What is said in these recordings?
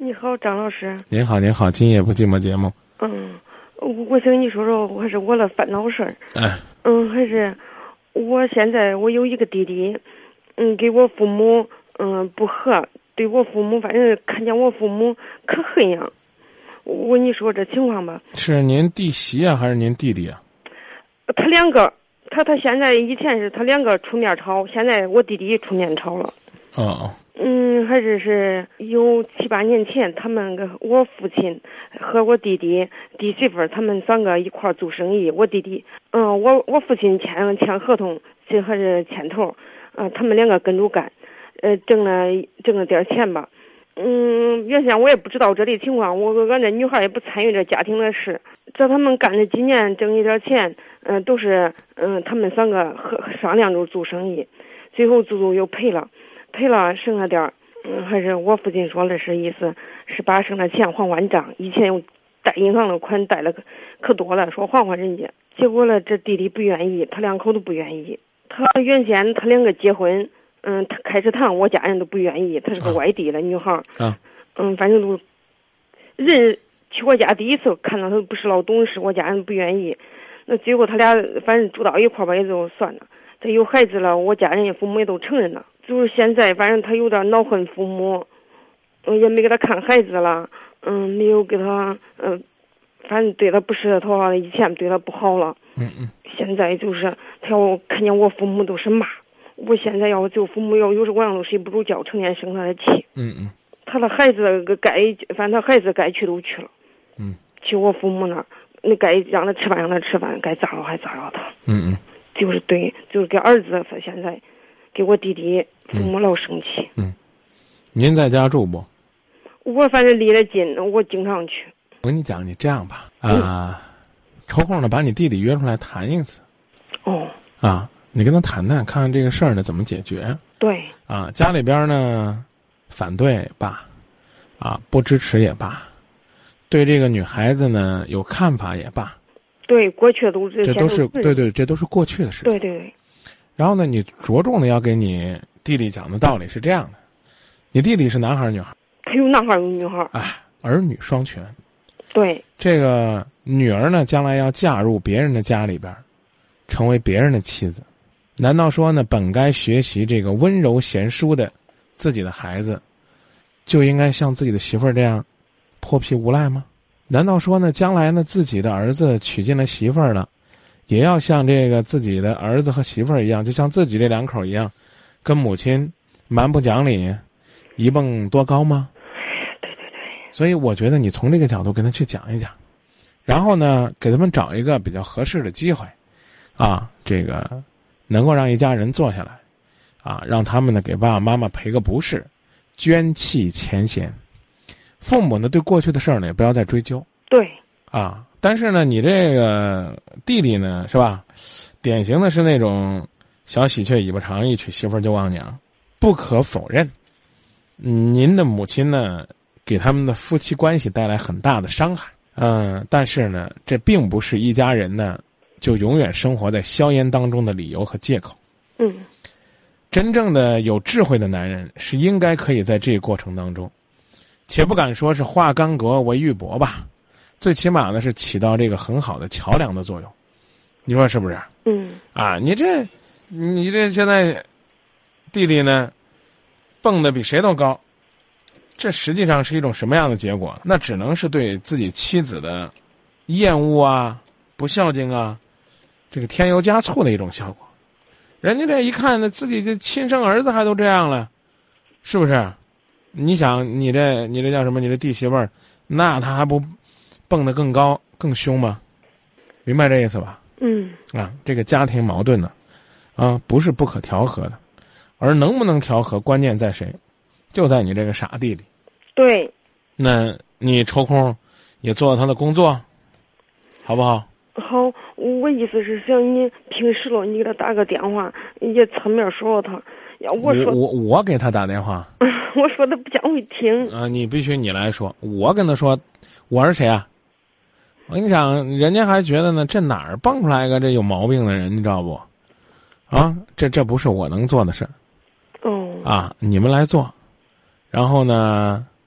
你好，张老师。 您好，您好，今夜不寂寞节目。 我想跟你说说，还是我的烦恼事儿。还是我现在我有一个弟弟，跟我父母不和，对我父母反正看见我父母可恨呀。我跟你说这情况吧。 是您弟媳啊，还是您弟弟啊？ 他两个，他现在以前是他两个出面吵，现在我弟弟出面吵了。还是有7、8年前，他们我父亲和我弟媳妇他们3个一块儿做生意。我弟弟，我父亲签合同，这还是牵头，他们2个跟着干，挣了点钱吧。原先我也不知道这类情况，俺这女孩也不参与这家庭的事。这他们干了几年，挣一点钱，都是他们3个商量着做生意，最后做又赔了剩下点儿。还是我父亲说的是意思是把剩的钱还账，以前有贷银行的款贷了可多了，说还人家。结果了，这弟弟不愿意，他2口都不愿意。他原先他2个结婚，他开始谈，我家人都不愿意。他是个外地的女孩，反正都人去我家第一次看到他不是老懂事，我家人不愿意。那结果他俩反正住到一块吧，也就算了。他有孩子了，我家人也父母也都承认了。就是现在，反正他有点恼恨父母，也没给他看孩子了，没有给他，反正对他不是他好，以前对他不好了。现在就是他要看见我父母都是骂，我现在要就父母要有时晚上都睡不着觉，成天生他的气。他的孩子反正他孩子该去都去了。去我父母那儿，那该让他吃饭让他吃饭，该咋着还咋着他。就是对，就是给儿子现在。给我弟弟父母老生气。 您在家住不？ 我反正离得近，我经常去。 我跟你讲，你这样吧，抽空呢把你弟弟约出来谈一次。你跟他谈谈，看看这个事儿呢怎么解决。 对。 家里边呢反对也罢，不支持也罢，对这个女孩子呢有看法也罢。 对，过去都是。 这都是对，这都是过去的事情。 对。 然后呢，你着重的要给你弟弟讲的道理是这样的：你弟弟是男孩女孩？ 他有男孩有女孩。 儿女双全。 对。 这个女儿呢，将来要嫁入别人的家里边，成为别人的妻子，难道说呢，本该学习这个温柔贤淑的自己的孩子，就应该像自己的媳妇儿这样泼皮无赖吗？难道说呢，将来呢，自己的儿子娶进了媳妇儿了，也要像这个自己的儿子和媳妇儿一样，就像自己这2口一样，跟母亲蛮不讲理，一蹦多高吗？ 对。 所以我觉得你从这个角度跟他去讲一讲，然后呢，给他们找一个比较合适的机会，这个能够让一家人坐下来，让他们呢给爸爸妈妈赔个不是，捐弃前嫌。父母呢对过去的事儿呢也不要再追究。 对。 但是呢，你这个弟弟呢，是吧？典型的是那种小喜鹊尾巴长，一娶媳妇就忘娘。不可否认，您的母亲呢，给他们的夫妻关系带来很大的伤害。但是呢，这并不是一家人呢就永远生活在硝烟当中的理由和借口。真正的有智慧的男人是应该可以在这个过程当中，且不敢说是化干戈为玉帛吧。最起码呢是起到这个很好的桥梁的作用，你说是不是？你这现在弟弟呢蹦得比谁都高，这实际上是一种什么样的结果？那只能是对自己妻子的厌恶不孝敬这个添油加醋的一种效果。人家这一看呢，自己这亲生儿子还都这样了，是不是？你想你这叫什么？你这弟媳妇儿，那他还不蹦得更高更凶吗？明白这意思吧？这个家庭矛盾呢，不是不可调和的，而能不能调和，关键在谁？就在你这个傻弟弟。 对。 那你抽空也做他的工作，好不好？ 好，我意思是想你平时了，你给他打个电话，也侧面说说他。 我给他打电话。 我说他不讲会听。 你必须你来说，我跟他说，我是谁啊？我跟你讲，人家还觉得呢，这哪儿蹦出来个这有毛病的人，你知道不？这不是我能做的事儿。你们来做，然后呢，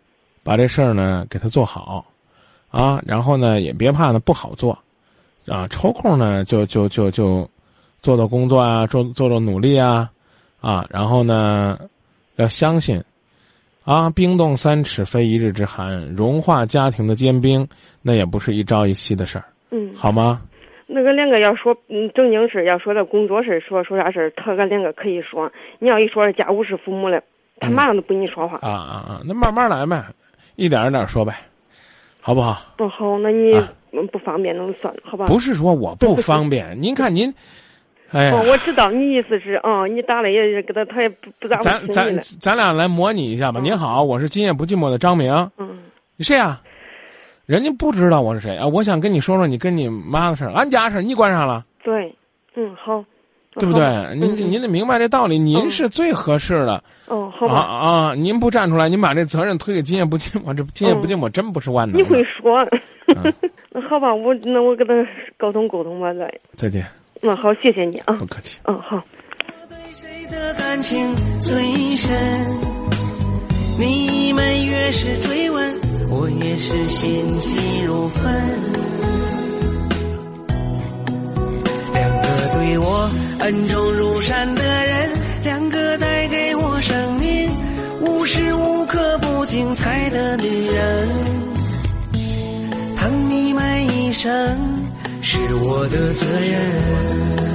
把这事儿呢给他做好，啊，然后呢也别怕呢不好做，啊，抽空呢就做做工作啊，做努力啊，啊，然后呢要相信，啊，冰冻3尺非一日之寒，融化家庭的坚冰，那也不是一朝一夕的事儿，好吗？ 那个两个要说正经事，要说到工作事，说啥事，他个两个可以说。你要一说是家务事父母了，他马上都不跟你说话。 那慢慢来呗，一点一点说呗，好不好？ 好，那你不方便那就算了，好吧？ 不是说我不方便，您看您，哎呀， 我知道你意思是，你打了也给他也不咋会听你了。 咱俩来模拟一下吧。您好，我是今夜不寂寞的张明。你谁呀？人家不知道我是谁啊！我想跟你说说你跟你妈的事儿，俺家事儿你管上了？ 对，好， 对不对？您得明白这道理，您是最合适的。 好吧。 您不站出来，您把这责任推给今夜不寂寞，这今夜不寂寞真不是万能。 你会说，好吧，我跟他沟通沟通吧， 再见。 好，谢谢你啊。 不客气。 好。 对谁的感情最深？你们越是追问，我也是心急如焚。两个对我恩重如山的人，两个带给我生命无时无刻不精彩的女人。疼你们一生是我的责任。